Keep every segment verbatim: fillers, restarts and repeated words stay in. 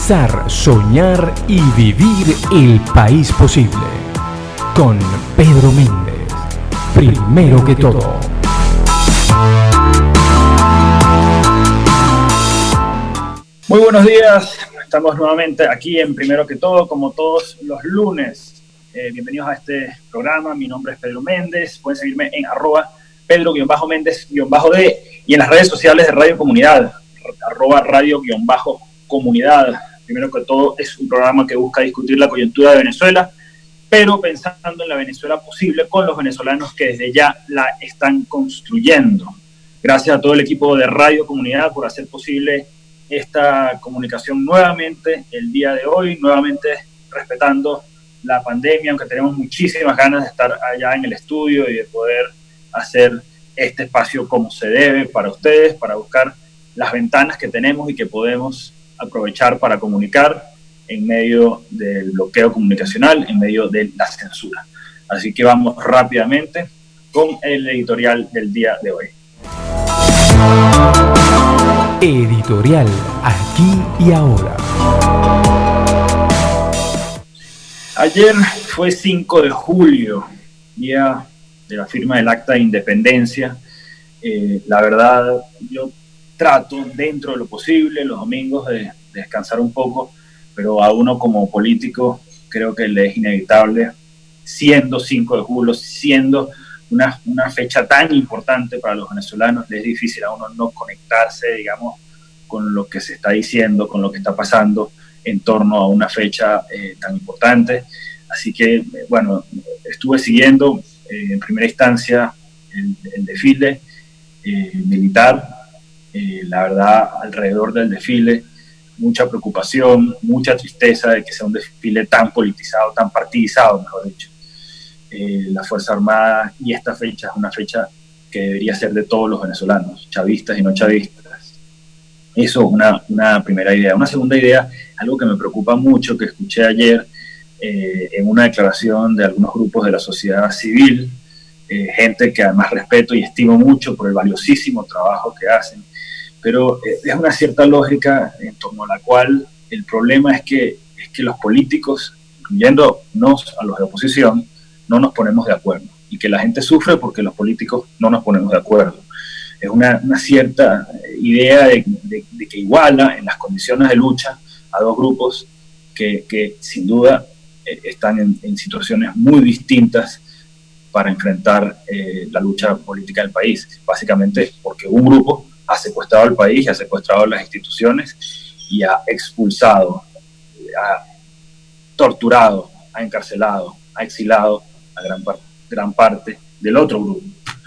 Pensar, soñar y vivir el país posible. Con Pedro Méndez. Primero que todo. Muy buenos días. Estamos nuevamente aquí en Primero que Todo, como todos los lunes. Eh, bienvenidos a este programa. Mi nombre es Pedro Méndez. Pueden seguirme en arroba Pedro-Méndez-D y en las redes sociales de Radio Comunidad, arroba Radio-Comunidad. Primero que Todo es un programa que busca discutir la coyuntura de Venezuela, pero pensando en la Venezuela posible con los venezolanos que desde ya la están construyendo. Gracias a todo el equipo de Radio Comunidad por hacer posible esta comunicación nuevamente el día de hoy, nuevamente respetando la pandemia, aunque tenemos muchísimas ganas de estar allá en el estudio y de poder hacer este espacio como se debe para ustedes, para buscar las ventanas que tenemos y que podemos aprovechar para comunicar en medio del bloqueo comunicacional, en medio de la censura. Así que vamos rápidamente con el editorial del día de hoy. Editorial Aquí y Ahora. Ayer fue cinco de julio, día de la firma del Acta de Independencia. Eh, la verdad, yo trato dentro de lo posible los domingos de, de descansar un poco, pero a uno como político creo que le es inevitable, siendo cinco de julio, siendo una, una fecha tan importante para los venezolanos, le es difícil a uno no conectarse, digamos, con lo que se está diciendo, con lo que está pasando en torno a una fecha eh, tan importante. Así que, eh, bueno, estuve siguiendo eh, en primera instancia el, el desfile eh, militar. Eh, la verdad, alrededor del desfile, mucha preocupación, mucha tristeza de que sea un desfile tan politizado, tan partidizado, mejor dicho. Eh, la Fuerza Armada, y esta fecha es una fecha que debería ser de todos los venezolanos, chavistas y no chavistas. Eso es una, una primera idea. Una segunda idea, algo que me preocupa mucho, que escuché ayer eh, en una declaración de algunos grupos de la sociedad civil, eh, gente que además respeto y estimo mucho por el valiosísimo trabajo que hacen, pero eh, es una cierta lógica en torno a la cual el problema es que, es que los políticos, incluyéndonos a los de oposición, no nos ponemos de acuerdo, y que la gente sufre porque los políticos no nos ponemos de acuerdo. Es una, una cierta idea de, de, de que iguala en las condiciones de lucha a dos grupos que, que sin duda eh, están en, en situaciones muy distintas para enfrentar eh, la lucha política del país, básicamente porque un grupo ha secuestrado al país, ha secuestrado las instituciones y ha expulsado, ha torturado, ha encarcelado, ha exilado a gran, par gran parte del otro grupo.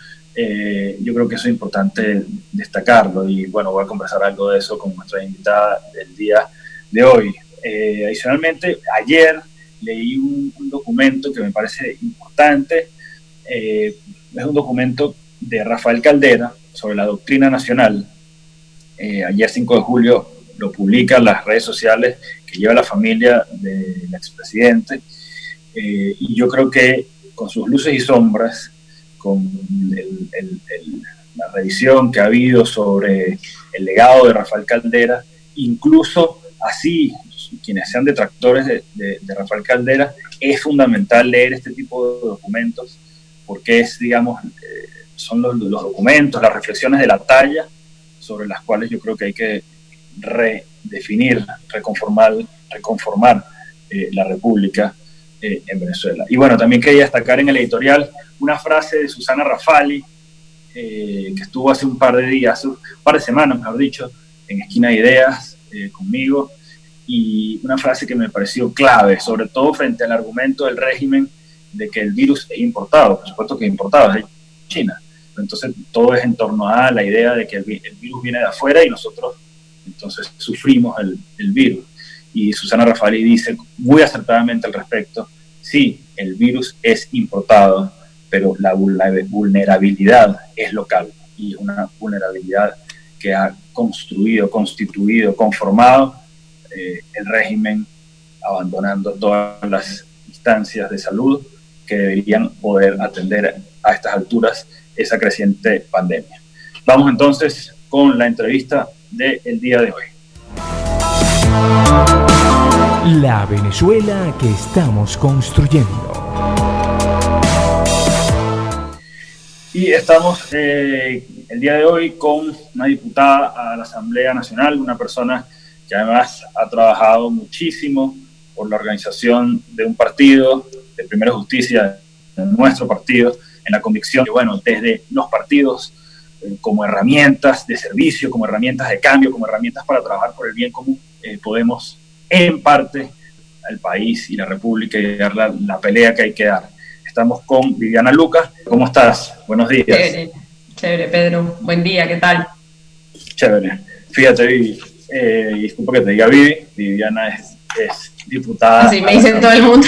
Eh, yo creo que eso es importante destacarlo y bueno, voy a conversar algo de eso con nuestra invitada del día de hoy. Eh, adicionalmente, ayer leí un, un documento que me parece importante, eh, es un documento de Rafael Caldera sobre la doctrina nacional. Eh, ayer cinco de julio lo publica en las redes sociales que lleva la familia del expresidente, eh, y yo creo que con sus luces y sombras, con el, el, el, la revisión que ha habido sobre el legado de Rafael Caldera, incluso así, quienes sean detractores de, de, de Rafael Caldera, es fundamental leer este tipo de documentos, porque es, digamos, eh, son los, los documentos, las reflexiones de la talla, sobre las cuales yo creo que hay que redefinir, reconformar, reconformar eh, la República eh, en Venezuela. Y bueno, también quería destacar en el editorial una frase de Susana Rafali, eh, que estuvo hace un par de días, un par de semanas, mejor dicho, en Esquina de Ideas eh, conmigo, y una frase que me pareció clave, sobre todo frente al argumento del régimen de que el virus es importado. Por supuesto que es importado, es de China. Entonces todo es en torno a la idea de que el, el virus viene de afuera y nosotros entonces sufrimos el, el virus. Y Susana Rafali dice muy acertadamente al respecto: sí, el virus es importado, pero la vulnerabilidad es local, y es una vulnerabilidad que ha construido, constituido, conformado eh, el régimen, abandonando todas las instancias de salud que deberían poder atender a estas alturas esa creciente pandemia. Vamos entonces con la entrevista del día de hoy. La Venezuela que estamos construyendo. Y estamos eh, el día de hoy con una diputada a la Asamblea Nacional, una persona que además ha trabajado muchísimo por la organización de un partido, de Primero Justicia, de nuestro partido, en la convicción que, bueno, desde los partidos eh, como herramientas de servicio, como herramientas de cambio, como herramientas para trabajar por el bien común, eh, podemos, en parte, al país y la República y dar la, la pelea que hay que dar. Estamos con Viviana Lucas. ¿Cómo estás? Buenos días. Chévere, chévere, Pedro. Buen día, ¿qué tal? Chévere. Fíjate, Vivi, eh, disculpa que te diga Vivi, Viviana es, es diputada. Así me dice todo el mundo.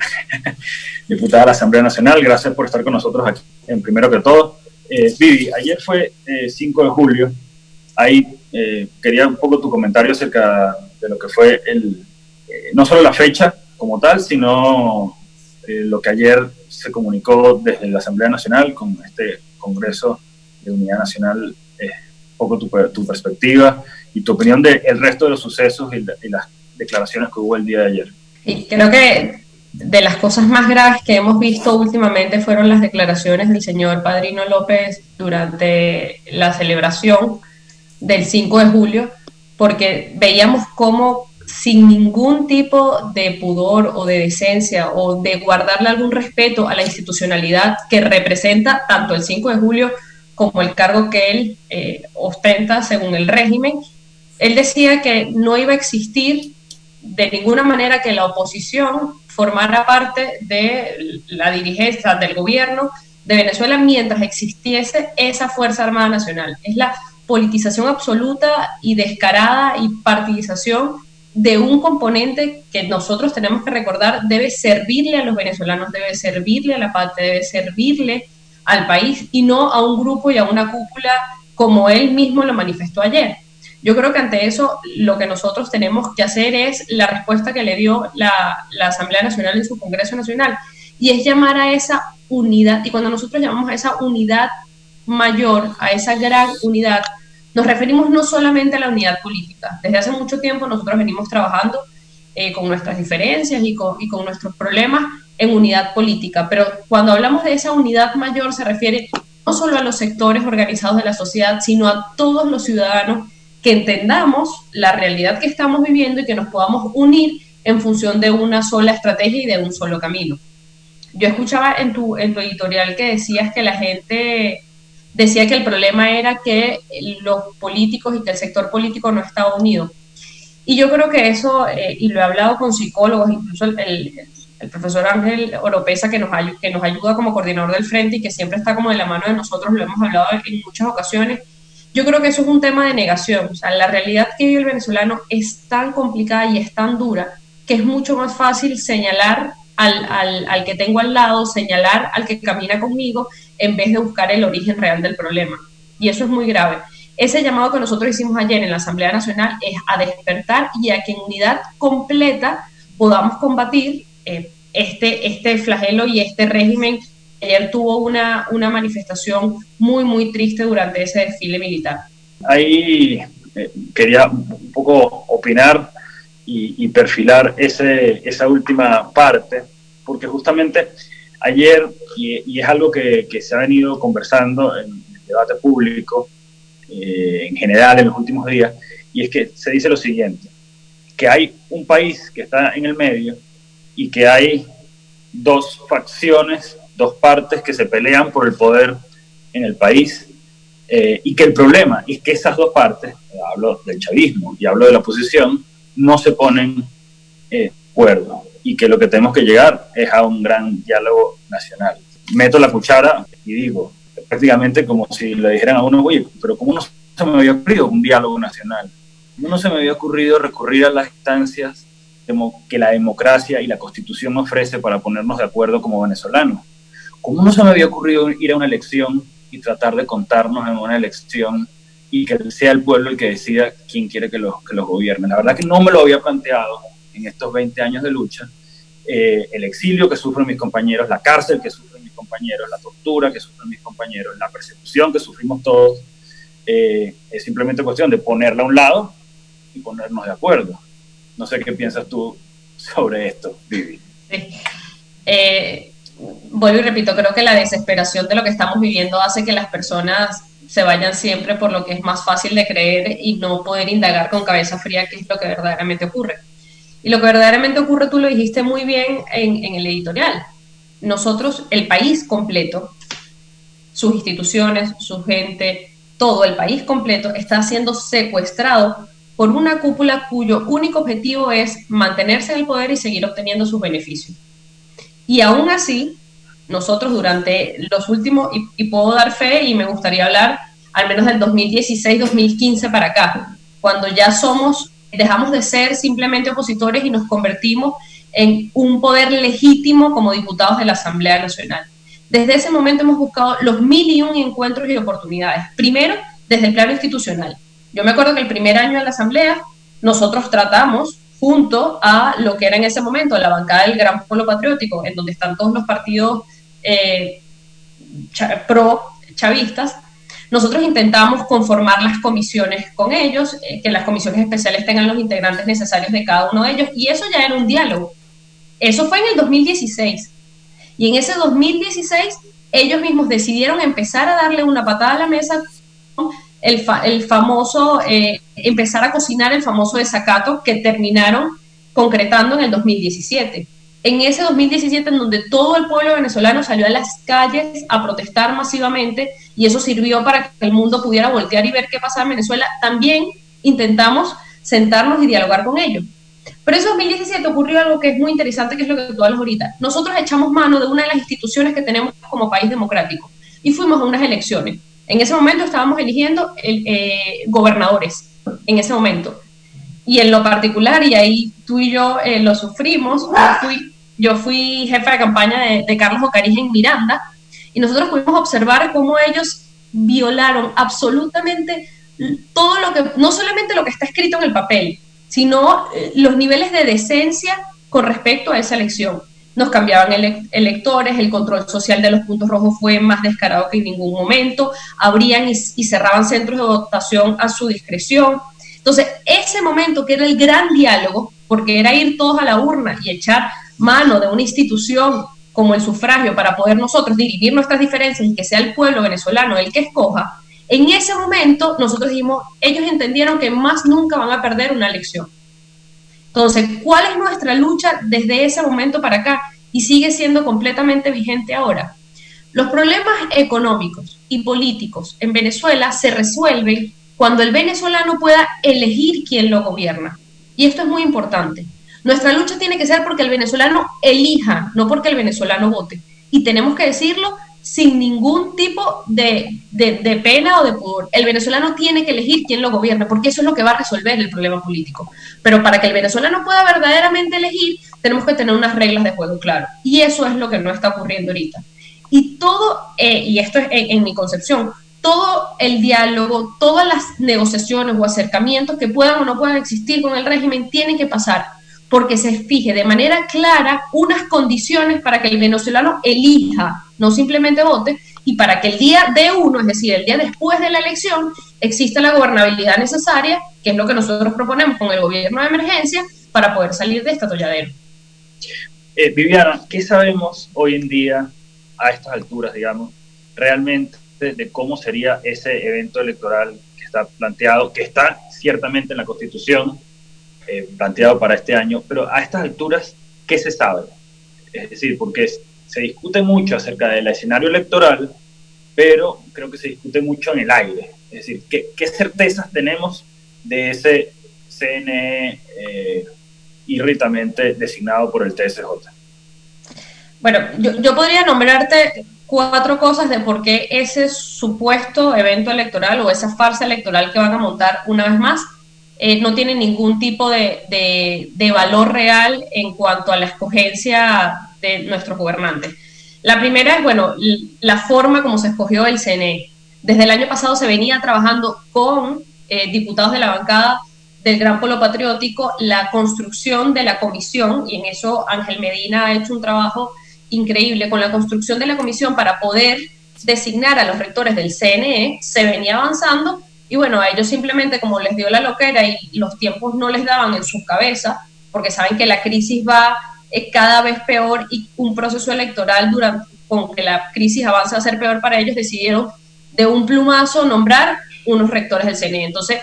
Diputada de la Asamblea Nacional, gracias por estar con nosotros aquí. En primero que todo, eh, Vivi, ayer fue eh, cinco de julio, ahí eh, quería un poco tu comentario acerca de lo que fue el, eh, no solo la fecha como tal, sino eh, lo que ayer se comunicó desde la Asamblea Nacional con este Congreso de Unidad Nacional, eh, un poco tu, tu perspectiva y tu opinión del resto de los sucesos y, la, y las declaraciones que hubo el día de ayer. Y creo que de las cosas más graves que hemos visto últimamente fueron las declaraciones del señor Padrino López durante la celebración del cinco de julio, porque veíamos cómo sin ningún tipo de pudor o de decencia o de guardarle algún respeto a la institucionalidad que representa tanto el cinco de julio como el cargo que él eh, ostenta según el régimen, él decía que no iba a existir de ninguna manera que la oposición formara parte de la dirigencia del gobierno de Venezuela mientras existiese esa Fuerza Armada Nacional. Es la politización absoluta y descarada y partidización de un componente que nosotros tenemos que recordar debe servirle a los venezolanos, debe servirle a la patria, debe servirle al país y no a un grupo y a una cúpula como él mismo lo manifestó ayer. Yo creo que ante eso lo que nosotros tenemos que hacer es la respuesta que le dio la, la Asamblea Nacional en su Congreso Nacional, y es llamar a esa unidad. Y cuando nosotros llamamos a esa unidad mayor, a esa gran unidad, nos referimos no solamente a la unidad política. Desde hace mucho tiempo nosotros venimos trabajando eh, con nuestras diferencias y con, y con nuestros problemas en unidad política, pero cuando hablamos de esa unidad mayor se refiere no solo a los sectores organizados de la sociedad, sino a todos los ciudadanos que entendamos la realidad que estamos viviendo y que nos podamos unir en función de una sola estrategia y de un solo camino. Yo escuchaba en tu, en tu editorial que decías que la gente decía que el problema era que los políticos y que el sector político no estaba unido. Y yo creo que eso, eh, y lo he hablado con psicólogos, incluso el, el, el profesor Ángel Oropesa, que nos, que nos ayuda como coordinador del Frente y que siempre está como de la mano de nosotros, lo hemos hablado en muchas ocasiones. Yo creo que eso es un tema de negación. O sea, la realidad que vive el venezolano es tan complicada y es tan dura que es mucho más fácil señalar al, al, al que tengo al lado, señalar al que camina conmigo, en vez de buscar el origen real del problema. Y eso es muy grave. Ese llamado que nosotros hicimos ayer en la Asamblea Nacional es a despertar y a que en unidad completa podamos combatir eh, este, este flagelo y este régimen. Ayer tuvo una, una manifestación muy, muy triste durante ese desfile militar. Ahí eh, quería un poco opinar y, y perfilar ese, esa última parte, porque justamente ayer, y, y es algo que, que se ha venido conversando en el debate público, eh, en general en los últimos días, y es que se dice lo siguiente, que hay un país que está en el medio y que hay dos facciones, dos partes que se pelean por el poder en el país, eh, y que el problema es que esas dos partes, hablo del chavismo y hablo de la oposición, no se ponen eh, de acuerdo, y que lo que tenemos que llegar es a un gran diálogo nacional. Meto la cuchara y digo, prácticamente como si le dijeran a uno, oye, pero ¿cómo no se me había ocurrido un diálogo nacional? ¿Cómo no se me había ocurrido recurrir a las instancias que la democracia y la Constitución ofrece para ponernos de acuerdo como venezolanos? ¿Cómo no se me había ocurrido ir a una elección y tratar de contarnos en una elección y que sea el pueblo el que decida quién quiere que los, que los gobierne? La verdad que no me lo había planteado en estos veinte años de lucha. Eh, el exilio que sufren mis compañeros, la cárcel que sufren mis compañeros, la tortura que sufren mis compañeros, la persecución que sufrimos todos, eh, es simplemente cuestión de ponerla a un lado y ponernos de acuerdo. No sé qué piensas tú sobre esto, Vivi. Sí. Eh, vuelvo y repito, creo que la desesperación de lo que estamos viviendo hace que las personas se vayan siempre por lo que es más fácil de creer y no poder indagar con cabeza fría qué es lo que verdaderamente ocurre. Y lo que verdaderamente ocurre, tú lo dijiste muy bien en, en el editorial. Nosotros, el país completo, sus instituciones, su gente, todo el país completo está siendo secuestrado por una cúpula cuyo único objetivo es mantenerse en el poder y seguir obteniendo sus beneficios. Y aún así, nosotros durante los últimos, y, y puedo dar fe, y me gustaría hablar al menos del dos mil dieciséis dos mil quince para acá, cuando ya somos, dejamos de ser simplemente opositores y nos convertimos en un poder legítimo como diputados de la Asamblea Nacional. Desde ese momento hemos buscado los mil y un encuentros y oportunidades. Primero, desde el plano institucional. Yo me acuerdo que el primer año de la Asamblea, nosotros tratamos, junto a lo que era en ese momento la bancada del Gran Polo Patriótico, en donde están todos los partidos eh, cha- pro-chavistas, nosotros intentamos conformar las comisiones con ellos, eh, que las comisiones especiales tengan los integrantes necesarios de cada uno de ellos, y eso ya era un diálogo. Eso fue en el dos mil dieciséis. Y en ese dos mil dieciséis, ellos mismos decidieron empezar a darle una patada a la mesa con el, fa- el famoso, eh, empezar a cocinar el famoso desacato que terminaron concretando en el dos mil diecisiete. En ese dos mil diecisiete, en donde todo el pueblo venezolano salió a las calles a protestar masivamente, y eso sirvió para que el mundo pudiera voltear y ver qué pasaba en Venezuela, también intentamos sentarnos y dialogar con ellos. Pero en ese dos mil diecisiete ocurrió algo que es muy interesante, que es lo que tú hablas ahorita. Nosotros echamos mano de una de las instituciones que tenemos como país democrático y fuimos a unas elecciones. En ese momento estábamos eligiendo el, eh, gobernadores, en ese momento. Y en lo particular, y ahí tú y yo eh, lo sufrimos, yo fui, yo fui jefa de campaña de, de Carlos Ocarija en Miranda, y nosotros pudimos observar cómo ellos violaron absolutamente todo lo que, no solamente lo que está escrito en el papel, sino eh, los niveles de decencia con respecto a esa elección. Nos cambiaban ele- electores, el control social de los puntos rojos fue más descarado que en ningún momento, abrían y, y cerraban centros de votación a su discreción. Entonces, ese momento que era el gran diálogo, porque era ir todos a la urna y echar mano de una institución como el sufragio para poder nosotros dirimir nuestras diferencias y que sea el pueblo venezolano el que escoja, en ese momento nosotros dijimos, ellos entendieron que más nunca van a perder una elección. Entonces, ¿cuál es nuestra lucha desde ese momento para acá? Y sigue siendo completamente vigente ahora. Los problemas económicos y políticos en Venezuela se resuelven cuando el venezolano pueda elegir quién lo gobierna. Y esto es muy importante. Nuestra lucha tiene que ser porque el venezolano elija, no porque el venezolano vote. Y tenemos que decirlo sin ningún tipo de, de, de pena o de pudor. El venezolano tiene que elegir quién lo gobierna, porque eso es lo que va a resolver el problema político. Pero para que el venezolano pueda verdaderamente elegir, tenemos que tener unas reglas de juego claras. Y eso es lo que no está ocurriendo ahorita. Y todo, eh, y esto es en, en mi concepción, todo el diálogo, todas las negociaciones o acercamientos que puedan o no puedan existir con el régimen tienen que pasar porque se fije de manera clara unas condiciones para que el venezolano elija, no simplemente vote, y para que el día de uno, es decir, el día después de la elección, exista la gobernabilidad necesaria, que es lo que nosotros proponemos con el gobierno de emergencia, para poder salir de este atolladero. Eh, Viviana, ¿qué sabemos hoy en día, a estas alturas, digamos, realmente de, de cómo sería ese evento electoral que está planteado, que está ciertamente en la Constitución, eh, planteado para este año, pero a estas alturas, ¿qué se sabe? Es decir, porque se discute mucho acerca del escenario electoral, pero creo que se discute mucho en el aire. Es decir, ¿qué, qué certezas tenemos de ese C N E eh, irritamente designado por el T S J? Bueno, yo, yo podría nombrarte cuatro cosas de por qué ese supuesto evento electoral o esa farsa electoral que van a montar una vez más eh, no tiene ningún tipo de, de, de valor real en cuanto a la escogencia de nuestros gobernantes. La primera es, bueno, la forma como se escogió el C N E. Desde el año pasado se venía trabajando con eh, diputados de la bancada del Gran Polo Patriótico la construcción de la comisión, y en eso Ángel Medina ha hecho un trabajo increíble con la construcción de la comisión para poder designar a los rectores del C N E. Se venía avanzando y bueno, a ellos simplemente como les dio la loquera y los tiempos no les daban en sus cabezas, porque saben que la crisis va eh, cada vez peor y un proceso electoral durante, con que la crisis avance a ser peor para ellos, decidieron de un plumazo nombrar unos rectores del C N E. Entonces,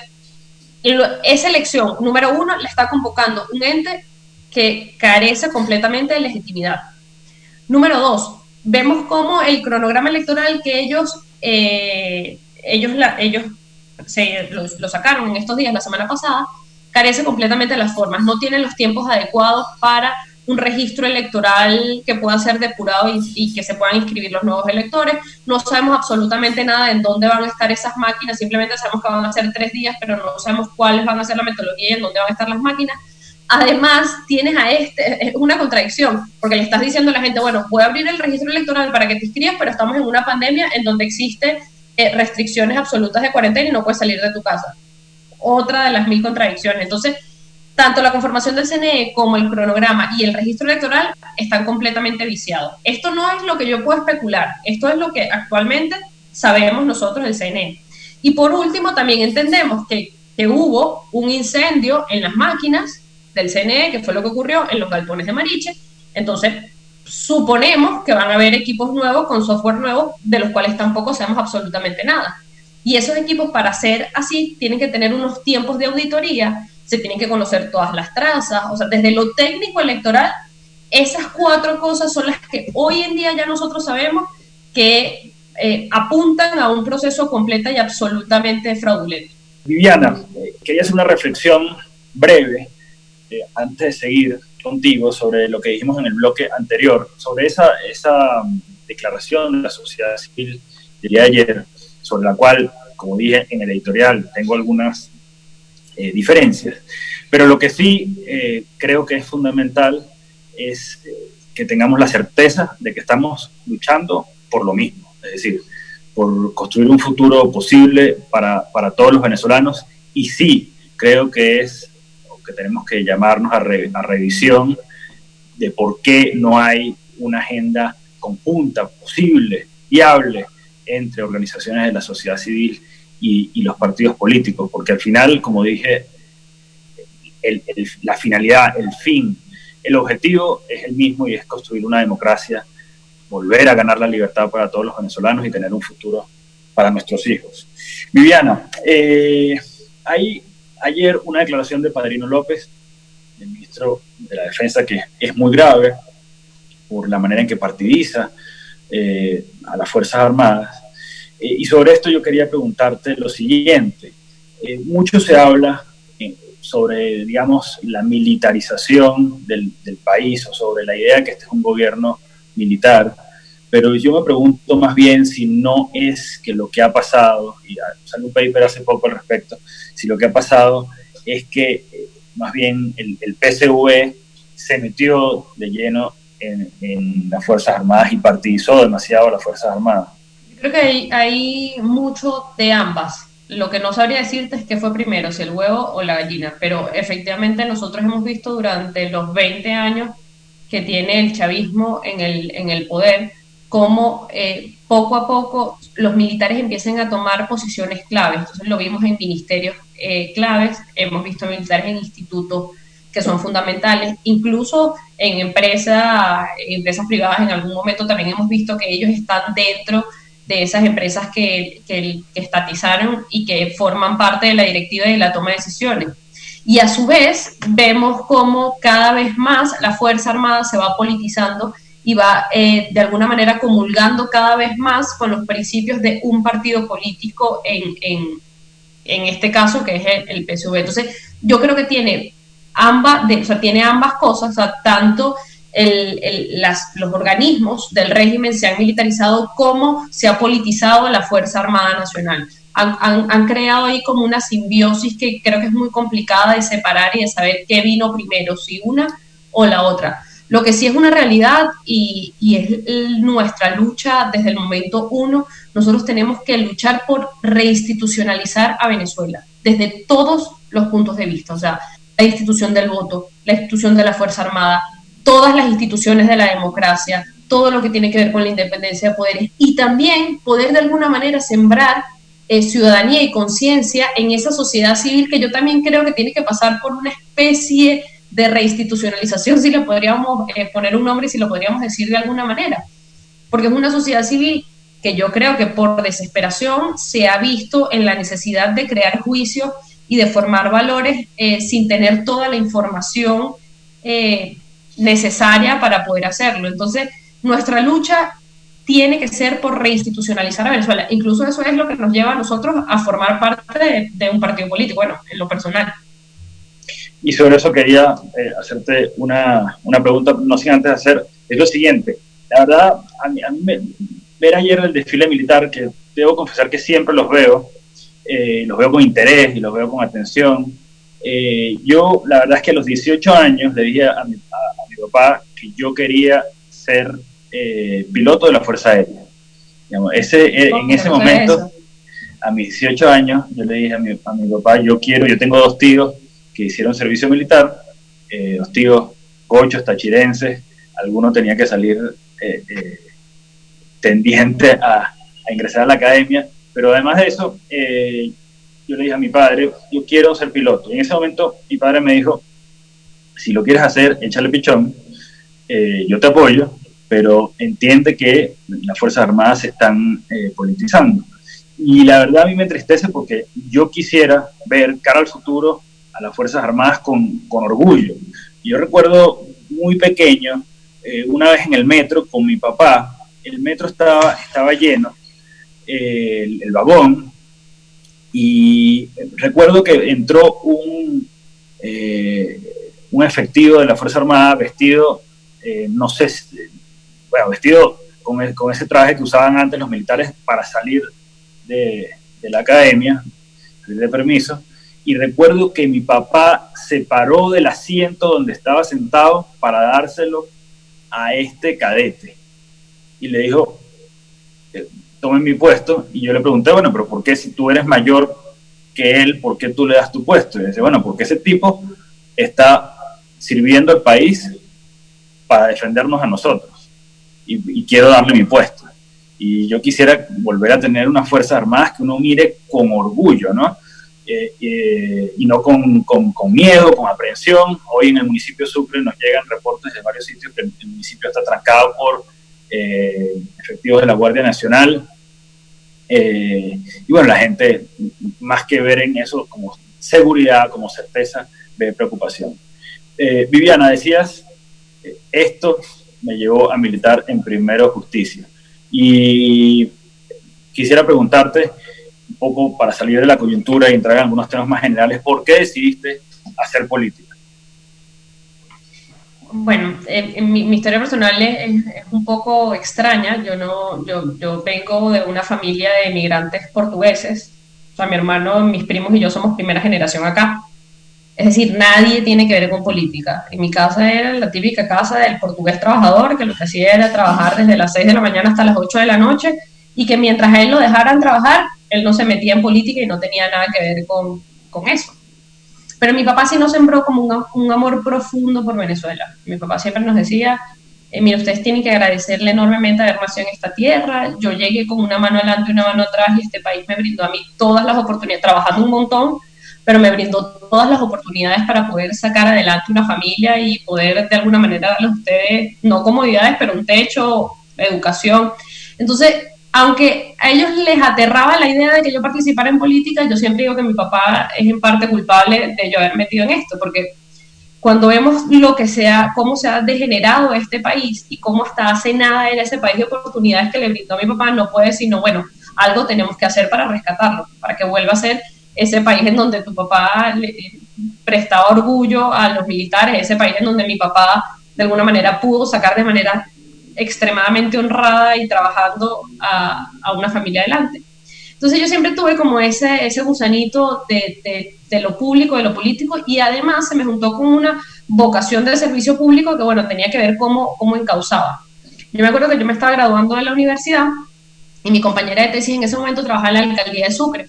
esa elección, número uno, la está convocando un ente que carece completamente de legitimidad. Número dos, vemos cómo el cronograma electoral que ellos, eh, ellos, la, ellos se, lo, lo sacaron en estos días, la semana pasada, carece completamente de las formas, no tienen los tiempos adecuados para un registro electoral que pueda ser depurado y, y que se puedan inscribir los nuevos electores. No sabemos absolutamente nada de en dónde van a estar esas máquinas, simplemente sabemos que van a ser tres días, pero no sabemos cuáles van a ser la metodología y en dónde van a estar las máquinas. Además, tienes a este, es una contradicción, porque le estás diciendo a la gente, bueno, voy a abrir el registro electoral para que te inscribas, pero estamos en una pandemia en donde existen eh, restricciones absolutas de cuarentena y no puedes salir de tu casa. Otra de las mil contradicciones. Entonces, tanto la conformación del C N E como el cronograma y el registro electoral están completamente viciados. Esto no es lo que yo puedo especular, esto es lo que actualmente sabemos nosotros del C N E. Y por último, también entendemos que, que hubo un incendio en las máquinas del C N E, que fue lo que ocurrió en los galpones de Mariche. Entonces, suponemos que van a haber equipos nuevos con software nuevo, de los cuales tampoco sabemos absolutamente nada. Y esos equipos, para ser así, tienen que tener unos tiempos de auditoría, se tienen que conocer todas las trazas, o sea, desde lo técnico electoral, esas cuatro cosas son las que hoy en día ya nosotros sabemos que eh, apuntan a un proceso completo y absolutamente fraudulento. Viviana, eh, quería hacer una reflexión breve eh, antes de seguir contigo sobre lo que dijimos en el bloque anterior, sobre esa, esa declaración de la sociedad civil del día de ayer, sobre la cual, como dije en el editorial, tengo algunas Eh, diferencias, pero lo que sí eh, creo que es fundamental es eh, que tengamos la certeza de que estamos luchando por lo mismo, es decir, por construir un futuro posible para, para todos los venezolanos, y sí, creo que es, o que tenemos que llamarnos a, re, a revisión de por qué no hay una agenda conjunta, posible, viable, entre organizaciones de la sociedad civil Y, y los partidos políticos, porque al final, como dije, el, el, la finalidad, el fin, el objetivo es el mismo y es construir una democracia, volver a ganar la libertad para todos los venezolanos y tener un futuro para nuestros hijos. Viviana, eh, hay ayer una declaración de Padrino López, el ministro de la Defensa, que es muy grave por la manera en que partidiza eh, a las Fuerzas Armadas. Eh, y sobre esto yo quería preguntarte lo siguiente. Eh, mucho se habla eh, sobre, digamos, la militarización del, del país o sobre la idea de que este es un gobierno militar, pero yo me pregunto más bien si no es que lo que ha pasado, y salió un paper hace poco al respecto, si lo que ha pasado es que eh, más bien el, el P S V se metió de lleno en, en las Fuerzas Armadas y partidizó demasiado a las Fuerzas Armadas. Creo que hay, hay mucho de ambas. Lo que no sabría decirte es qué fue primero, si el huevo o la gallina, pero efectivamente nosotros hemos visto durante los veinte años que tiene el chavismo en el, en el poder, cómo eh, poco a poco los militares empiezan a tomar posiciones claves. Entonces lo vimos en ministerios eh, claves, hemos visto militares en institutos que son fundamentales, incluso en empresas, empresas privadas en algún momento también hemos visto que ellos están dentro de esas empresas que, que, que estatizaron y que forman parte de la directiva y de la toma de decisiones. Y a su vez vemos cómo cada vez más la Fuerza Armada se va politizando y va eh, de alguna manera comulgando cada vez más con los principios de un partido político en, en, en este caso que es el, el P S V. Entonces yo creo que tiene ambas, de, o sea, tiene ambas cosas, o sea, tanto El, el, las, los organismos del régimen se han militarizado como se ha politizado la Fuerza Armada Nacional. Han, han, han creado ahí como una simbiosis que creo que es muy complicada de separar y de saber qué vino primero, si una o la otra. Lo que sí es una realidad y, y es nuestra lucha desde el momento uno, nosotros tenemos que luchar por reinstitucionalizar a Venezuela desde todos los puntos de vista, o sea, la institución del voto, la institución de la Fuerza Armada, todas las instituciones de la democracia, todo lo que tiene que ver con la independencia de poderes y también poder de alguna manera sembrar eh, ciudadanía y conciencia en esa sociedad civil que yo también creo que tiene que pasar por una especie de reinstitucionalización, si le podríamos eh, poner un nombre y si lo podríamos decir de alguna manera, porque es una sociedad civil que yo creo que por desesperación se ha visto en la necesidad de crear juicios y de formar valores eh, sin tener toda la información eh, necesaria para poder hacerlo. Entonces, nuestra lucha tiene que ser por reinstitucionalizar a Venezuela. Incluso eso es lo que nos lleva a nosotros a formar parte de, de un partido político, bueno, en lo personal. Y sobre eso quería eh, hacerte una, una pregunta, no sin antes hacer, es lo siguiente. La verdad, a mí, a mí me, ver ayer el desfile militar, que debo confesar que siempre los veo, eh, los veo con interés y los veo con atención. Eh, yo, la verdad es que a los dieciocho años le dije a mi, a, a mi papá que yo quería ser eh, piloto de la Fuerza Aérea. Digamos, ese, eh, en ese momento, a mis dieciocho años, yo le dije a mi, a mi papá, yo quiero, yo tengo dos tíos que hicieron servicio militar, eh, dos tíos gochos, tachirenses, alguno tenía que salir eh, eh, tendiente a, a ingresar a la academia, pero además de eso, eh, yo le dije a mi padre, yo quiero ser piloto. Y en ese momento mi padre me dijo, si lo quieres hacer, échale pichón, eh, yo te apoyo, pero entiende que las Fuerzas Armadas se están eh, politizando. Y la verdad a mí me entristece porque yo quisiera ver cara al futuro a las Fuerzas Armadas con, con orgullo. Yo recuerdo muy pequeño, eh, una vez en el metro con mi papá, el metro estaba, estaba lleno, eh, el, el vagón, y recuerdo que entró un, eh, un efectivo de la Fuerza Armada vestido, eh, no sé, bueno, vestido con, el, con ese traje que usaban antes los militares para salir de, de la academia, salir de permiso, y recuerdo que mi papá se paró del asiento donde estaba sentado para dárselo a este cadete, y le dijo, tome mi puesto, y yo le pregunté, bueno, pero ¿por qué si tú eres mayor que él, por qué tú le das tu puesto? Y dice, bueno, porque ese tipo está sirviendo al país para defendernos a nosotros, y, y quiero darle mi puesto. Y yo quisiera volver a tener unas Fuerzas Armadas que uno mire con orgullo, ¿no? Eh, eh, y no con, con, con miedo, con aprehensión. Hoy en el municipio de Sucre nos llegan reportes de varios sitios que el, el municipio está trancado por eh, efectivos de la Guardia Nacional. Eh, y bueno, la gente, más que ver en eso como seguridad, como certeza, ve preocupación. Eh, Viviana, decías, eh, esto me llevó a militar en Primero Justicia. Y quisiera preguntarte, un poco para salir de la coyuntura y entrar en algunos temas más generales, ¿por qué decidiste hacer política? Bueno, eh, mi, mi historia personal es, es un poco extraña. Yo no, yo, yo vengo de una familia de migrantes portugueses. O sea, mi hermano, mis primos y yo somos primera generación acá. Es decir, nadie tiene que ver con política. En mi casa era la típica casa del portugués trabajador, que lo que hacía era trabajar desde las seis de la mañana hasta las ocho de la noche, y que mientras a él lo dejaran trabajar, él no se metía en política y no tenía nada que ver con, con eso. Pero mi papá sí nos sembró como un, un amor profundo por Venezuela. Mi papá siempre nos decía, eh, mira, ustedes tienen que agradecerle enormemente haber nacido en esta tierra. Yo llegué con una mano adelante y una mano atrás, y este país me brindó a mí todas las oportunidades, trabajando un montón, pero me brindó todas las oportunidades para poder sacar adelante una familia y poder de alguna manera darles a ustedes, no comodidades, pero un techo, educación. Entonces, aunque a ellos les aterraba la idea de que yo participara en política, yo siempre digo que mi papá es en parte culpable de yo haber metido en esto, porque cuando vemos lo que sea, cómo se ha degenerado este país y cómo hasta hace nada era ese país de oportunidades que le brindó a mi papá, no puede decir, no, bueno, algo tenemos que hacer para rescatarlo, para que vuelva a ser ese país en donde tu papá le prestaba orgullo a los militares, ese país en donde mi papá de alguna manera pudo sacar de manera extremadamente honrada y trabajando a, a una familia adelante. Entonces yo siempre tuve como ese, ese gusanito de, de, de lo público, de lo político, y además se me juntó con una vocación de servicio público que, bueno, tenía que ver cómo, cómo encauzaba. Yo me acuerdo que yo me estaba graduando de la universidad y mi compañera de tesis en ese momento trabajaba en la alcaldía de Sucre.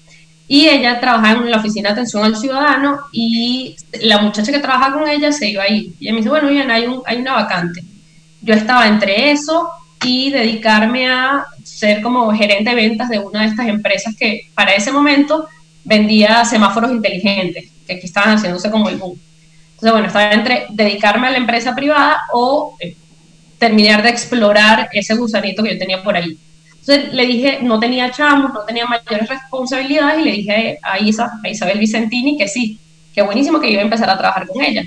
Y ella trabajaba en la oficina de atención al ciudadano, y la muchacha que trabaja con ella se iba ahí. Y ella me dice, bueno, bien, hay, un, hay una vacante. Yo estaba entre eso y dedicarme a ser como gerente de ventas de una de estas empresas que para ese momento vendía semáforos inteligentes, que aquí estaban haciéndose como el boom. Entonces, bueno, estaba entre dedicarme a la empresa privada o eh, terminar de explorar ese gusanito que yo tenía por ahí. Entonces le dije, no tenía chamos, no tenía mayores responsabilidades, y le dije a Isa, a Isabel Vicentini, que sí, que buenísimo, que iba a empezar a trabajar con ella.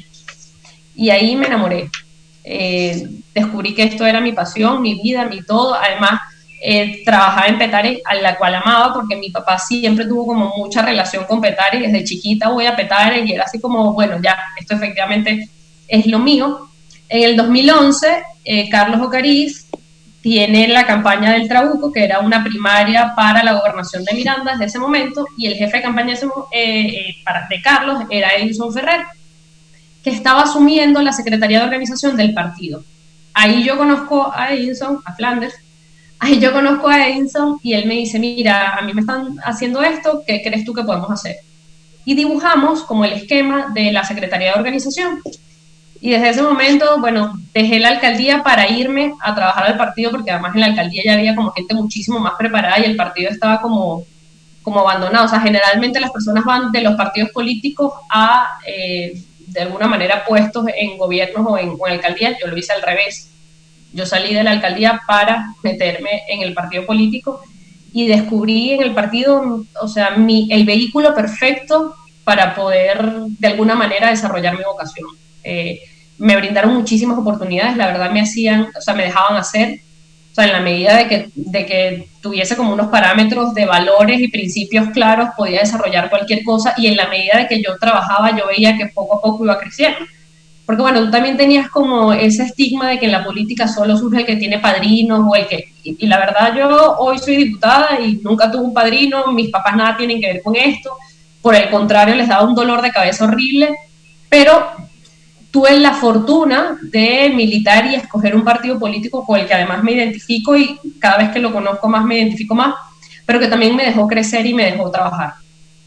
Y ahí me enamoré. Eh, descubrí que esto era mi pasión, mi vida, mi todo. Además, eh, trabajaba en Petare, a la cual amaba, porque mi papá siempre tuvo como mucha relación con Petare. Desde chiquita voy a Petare y era así como, bueno, ya, esto efectivamente es lo mío. En el dos mil once, eh, Carlos Ocariz tiene la campaña del Trabuco, que era una primaria para la gobernación de Miranda desde ese momento, y el jefe de campaña de, ese, eh, eh, para, de Carlos era Edison Ferrer, que estaba asumiendo la Secretaría de Organización del partido. Ahí yo conozco a Edison, a Flanders, ahí yo conozco a Edison, y él me dice, mira, a mí me están haciendo esto, ¿qué crees tú que podemos hacer? Y dibujamos como el esquema de la Secretaría de Organización. Y desde ese momento, bueno, dejé la alcaldía para irme a trabajar al partido, porque además en la alcaldía ya había como gente muchísimo más preparada y el partido estaba como, como abandonado. O sea, generalmente las personas van de los partidos políticos a, eh, de alguna manera, puestos en gobiernos o en, o en alcaldías. Yo lo hice al revés. Yo salí de la alcaldía para meterme en el partido político y descubrí en el partido, o sea, mi, el vehículo perfecto para poder, de alguna manera, desarrollar mi vocación. Eh, me brindaron muchísimas oportunidades, la verdad me hacían, o sea, me dejaban hacer, o sea, en la medida de que, de que tuviese como unos parámetros de valores y principios claros, podía desarrollar cualquier cosa, y en la medida de que yo trabajaba, yo veía que poco a poco iba creciendo. Porque bueno, tú también tenías como ese estigma de que en la política solo surge el que tiene padrinos o el que... Y, y la verdad, yo hoy soy diputada y nunca tuve un padrino, mis papás nada tienen que ver con esto, por el contrario, les daba un dolor de cabeza horrible, pero tuve la fortuna de militar y escoger un partido político con el que además me identifico, y cada vez que lo conozco más me identifico más, pero que también me dejó crecer y me dejó trabajar.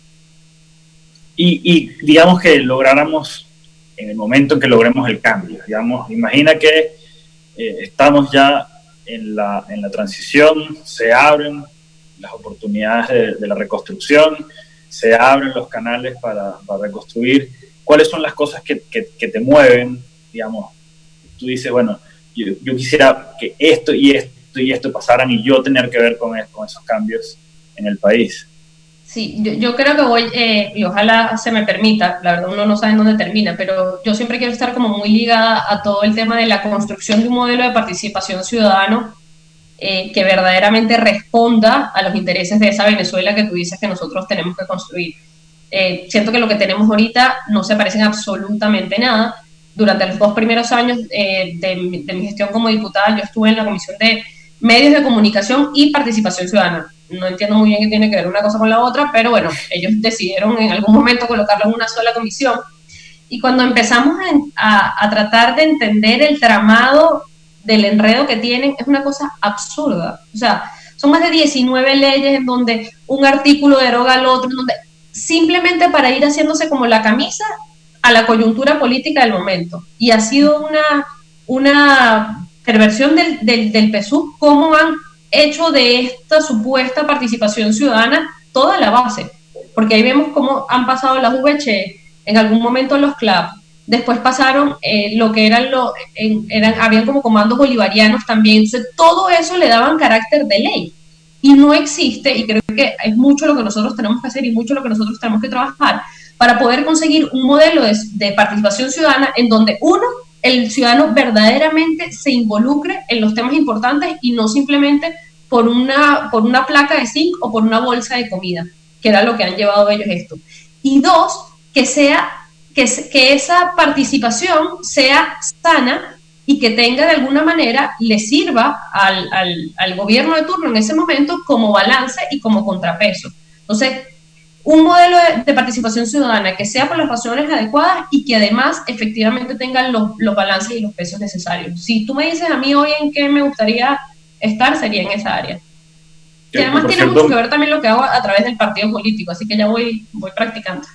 Y, y digamos que lográramos, en el momento en que logremos el cambio, digamos, imagina que eh, estamos ya en la, en la transición, se abren las oportunidades de, de la reconstrucción, se abren los canales para, para reconstruir. ¿Cuáles son las cosas que, que, que te mueven? Digamos, tú dices, bueno, yo, yo quisiera que esto y esto y esto pasaran y yo tener que ver con, con esos cambios en el país. Sí, yo, yo creo que voy, eh, y ojalá se me permita, la verdad uno no sabe en dónde termina, pero yo siempre quiero estar como muy ligada a todo el tema de la construcción de un modelo de participación ciudadano eh, que verdaderamente responda a los intereses de esa Venezuela que tú dices que nosotros tenemos que construir. Eh, siento que lo que tenemos ahorita no se parece en absolutamente nada. Durante los dos primeros años eh, de, mi, de mi gestión como diputada, yo estuve en la Comisión de Medios de Comunicación y Participación Ciudadana. No entiendo muy bien qué tiene que ver una cosa con la otra, pero bueno, ellos decidieron en algún momento colocarlo en una sola comisión. Y cuando empezamos a, a, a tratar de entender el tramado del enredo que tienen, es una cosa absurda. O sea, son más de diecinueve leyes en donde un artículo deroga al otro, en donde simplemente para ir haciéndose como la camisa a la coyuntura política del momento. Y ha sido una, una perversión del, del, del P S U V, cómo han hecho de esta supuesta participación ciudadana toda la base. Porque ahí vemos cómo han pasado las V H, en algún momento los C L A P, después pasaron eh, lo que eran, lo, en, eran, habían como comandos bolivarianos también. Entonces, todo eso le daban carácter de ley. Y no existe, y creo que es mucho lo que nosotros tenemos que hacer y mucho lo que nosotros tenemos que trabajar para poder conseguir un modelo de, de participación ciudadana en donde, uno, el ciudadano verdaderamente se involucre en los temas importantes y no simplemente por una, por una placa de zinc o por una bolsa de comida, que era lo que han llevado ellos esto. Y dos, que, sea, que, que esa participación sea sana y que tenga de alguna manera, le sirva al, al, al gobierno de turno en ese momento como balance y como contrapeso. Entonces, un modelo de, de participación ciudadana que sea por las razones adecuadas y que además efectivamente tenga los, los balances y los pesos necesarios. Si tú me dices a mí hoy en qué me gustaría estar, sería en esa área. Que además tiene cierto, mucho que ver también lo que hago a través del partido político, así que ya voy, voy practicando.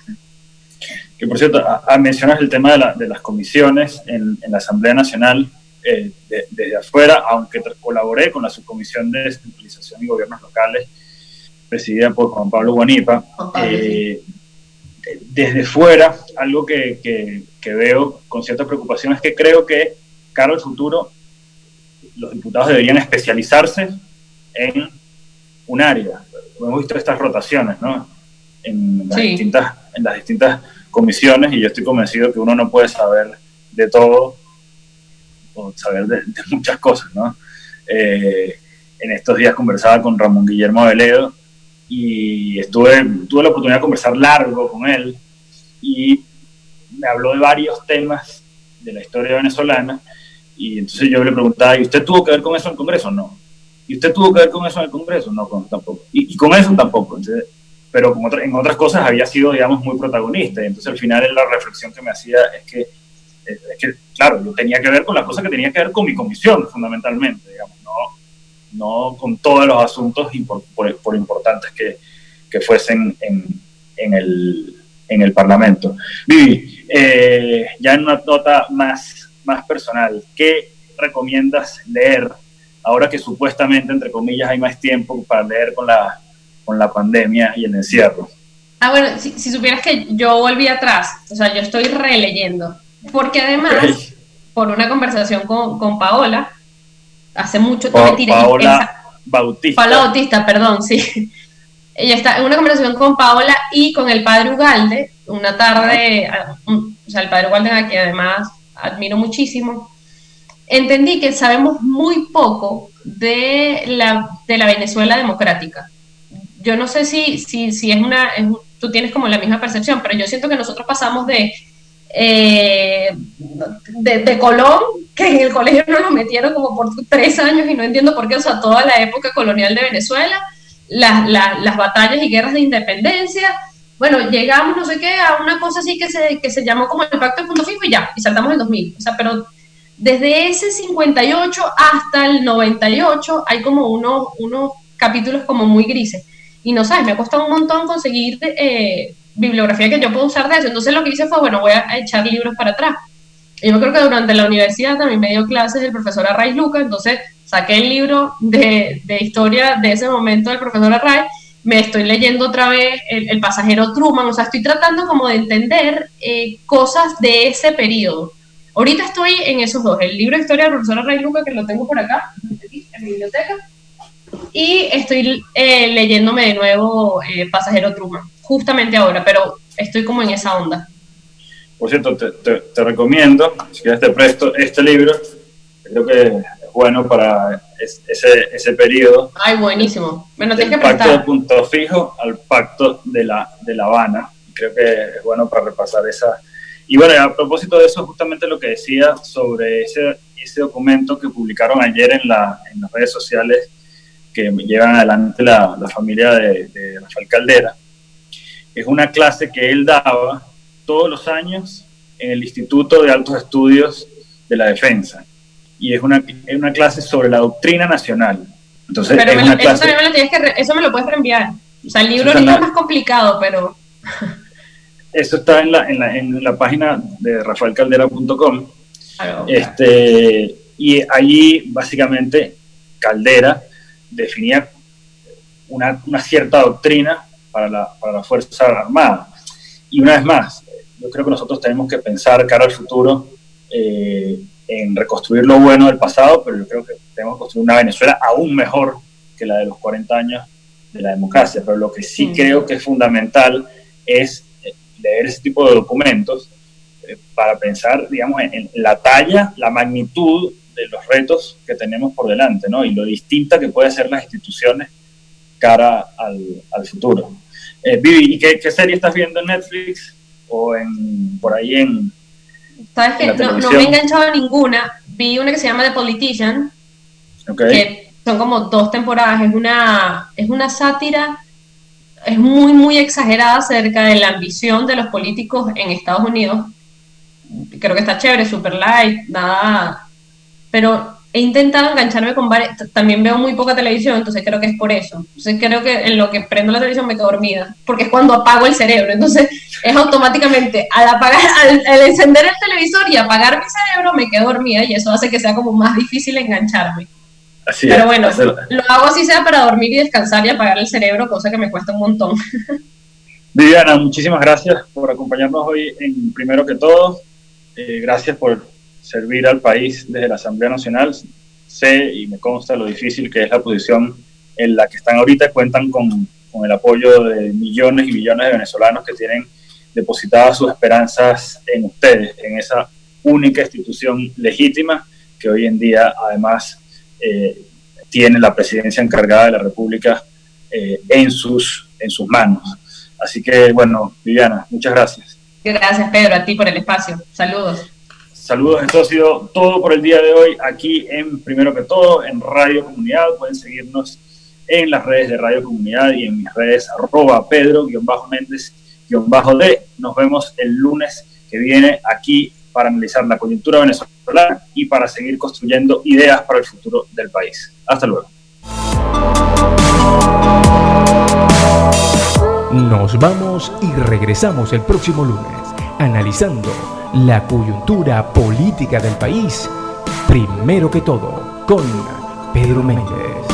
Que por cierto, a, a mencionas el tema de, la, de las comisiones en, en la Asamblea Nacional eh, de, desde afuera, aunque colaboré con la subcomisión de descentralización y gobiernos locales, presidida por Juan Pablo Guanipa. Juan Pablo, eh, sí. desde fuera, algo que, que, que veo con cierta preocupación es que creo que, cara al futuro, los diputados deberían especializarse en un área. Hemos visto estas rotaciones, ¿no? En las, sí. distintas, en las distintas comisiones, y yo estoy convencido que uno no puede saber de todo o saber de, de muchas cosas, ¿no? Eh, en estos días conversaba con Ramón Guillermo Aveledo y estuve, tuve la oportunidad de conversar largo con él y me habló de varios temas de la historia venezolana, y entonces yo le preguntaba, ¿y usted tuvo que ver con eso en el Congreso? No. ¿Y usted tuvo que ver con eso en el Congreso? No, con, tampoco. Y, y con eso tampoco. Entonces, pero con otra, en otras cosas había sido, digamos, muy protagonista, y entonces al final la reflexión que me hacía es que, es que, claro, yo tenía que ver con las cosas que tenía que ver con mi comisión, fundamentalmente, digamos, no, no con todos los asuntos por, por, por importantes que, que fuesen en, en, el, en el Parlamento. Vivi, eh, ya en una nota más, más personal, ¿qué recomiendas leer ahora que supuestamente, entre comillas, hay más tiempo para leer con la, con la pandemia y el encierro? Ah, bueno, si, si supieras que yo volví atrás, o sea, yo estoy releyendo, porque además, okay, por una conversación con, con Paola, hace mucho tiempo... Pa Paola esa, Bautista. Paola Bautista, perdón, sí. Ella está en una conversación con Paola y con el padre Ugalde, una tarde, o sea, el padre Ugalde, a quien además admiro muchísimo. Entendí que sabemos muy poco de la, de la Venezuela democrática. Yo no sé si, si, si es una... Es, tú tienes como la misma percepción, pero yo siento que nosotros pasamos de, eh, de, de Colón, que en el colegio nos lo metieron como por tres años y no entiendo por qué, o sea, toda la época colonial de Venezuela, las, las, las batallas y guerras de independencia, bueno, llegamos, no sé qué, a una cosa así que se, que se llamó como el Pacto de Punto Fijo y ya, y saltamos el dos mil, o sea, pero... Desde ese cincuenta y ocho hasta el noventa y ocho hay como unos, unos capítulos como muy grises. Y no sabes, me ha costado un montón conseguir eh, bibliografía que yo pueda usar de eso. Entonces lo que hice fue, bueno, voy a echar libros para atrás. Y yo creo que durante la universidad también me dio clases el profesor Arraiz Luca, entonces saqué el libro de, de historia de ese momento del profesor Arraiz, me estoy leyendo otra vez el, el pasajero Truman, o sea, estoy tratando como de entender eh, cosas de ese periodo. Ahorita estoy en esos dos, el libro de historia del profesor Arraiz Luca, que lo tengo por acá, en mi biblioteca, y estoy eh, leyéndome de nuevo eh, Pasajero Truman, justamente ahora, pero estoy como en esa onda. Por cierto, te, te, te recomiendo, si quieres te presto este libro, creo que es bueno para es, ese, ese periodo. Ay, buenísimo, me lo tienes que prestar. Pacto de Punto Fijo al Pacto de la, de La Habana, creo que es bueno para repasar esa... Y bueno, a propósito de eso, justamente lo que decía sobre ese, ese documento que publicaron ayer en, la, en las redes sociales que llevan adelante la, la familia de, de Rafael Caldera, es una clase que él daba todos los años en el Instituto de Altos Estudios de la Defensa. Y es una, es una clase sobre la doctrina nacional. Entonces, pero es me una lo, clase, eso, también me lo tienes que re, eso me lo puedes reenviar. O sea, el libro ahorita es más complicado, pero... Eso está en la, en la, en la página de rafael caldera punto com. Claro, este, y allí, básicamente, Caldera definía una, una cierta doctrina para la, para la Fuerza Armada. Y una vez más, yo creo que nosotros tenemos que pensar cara al futuro eh, en reconstruir lo bueno del pasado, pero yo creo que tenemos que construir una Venezuela aún mejor que la de los cuarenta años de la democracia. Pero lo que sí mm. creo que es fundamental es leer ese tipo de documentos eh, para pensar, digamos, en, en la talla, la magnitud de los retos que tenemos por delante, ¿no? Y lo distinta que pueden ser las instituciones cara al, al futuro. Eh, Vivi, ¿y qué, qué serie estás viendo en Netflix o en por ahí en Sabes que no, no me he enganchado a ninguna. Vi una que se llama The Politician, okay, que son como dos temporadas. Es una, es una sátira, es muy, muy exagerada acerca de la ambición de los políticos en Estados Unidos. Creo que está chévere, super light, nada... Pero he intentado engancharme con varias... También veo muy poca televisión, entonces creo que es por eso. Entonces creo que en lo que prendo la televisión me quedo dormida, porque es cuando apago el cerebro. Entonces es automáticamente, al, apagar, al, al encender el televisor y apagar mi cerebro, me quedo dormida, y eso hace que sea como más difícil engancharme. Así Pero es, bueno, hacerlo. Lo hago así sea para dormir y descansar y apagar el cerebro, cosa que me cuesta un montón. Viviana, muchísimas gracias por acompañarnos hoy en Primero que Todo. Eh, gracias por servir al país desde la Asamblea Nacional. Sé y me consta lo difícil que es la posición en la que están ahorita. Cuentan con, con el apoyo de millones y millones de venezolanos que tienen depositadas sus esperanzas en ustedes, en esa única institución legítima que hoy en día además eh, tiene la presidencia encargada de la República eh, en, sus, en sus manos. Así que, bueno, Viviana, muchas gracias. Gracias, Pedro, a ti por el espacio. Saludos. Saludos, esto ha sido todo por el día de hoy aquí en Primero que Todo, en Radio Comunidad. Pueden seguirnos en las redes de Radio Comunidad y en mis redes arroba Pedro-Méndez-D. Nos vemos el lunes que viene aquí para analizar la coyuntura venezolana y para seguir construyendo ideas para el futuro del país. Hasta luego. Nos vamos y regresamos el próximo lunes, analizando la coyuntura política del país. Primero que Todo, con Pedro Méndez.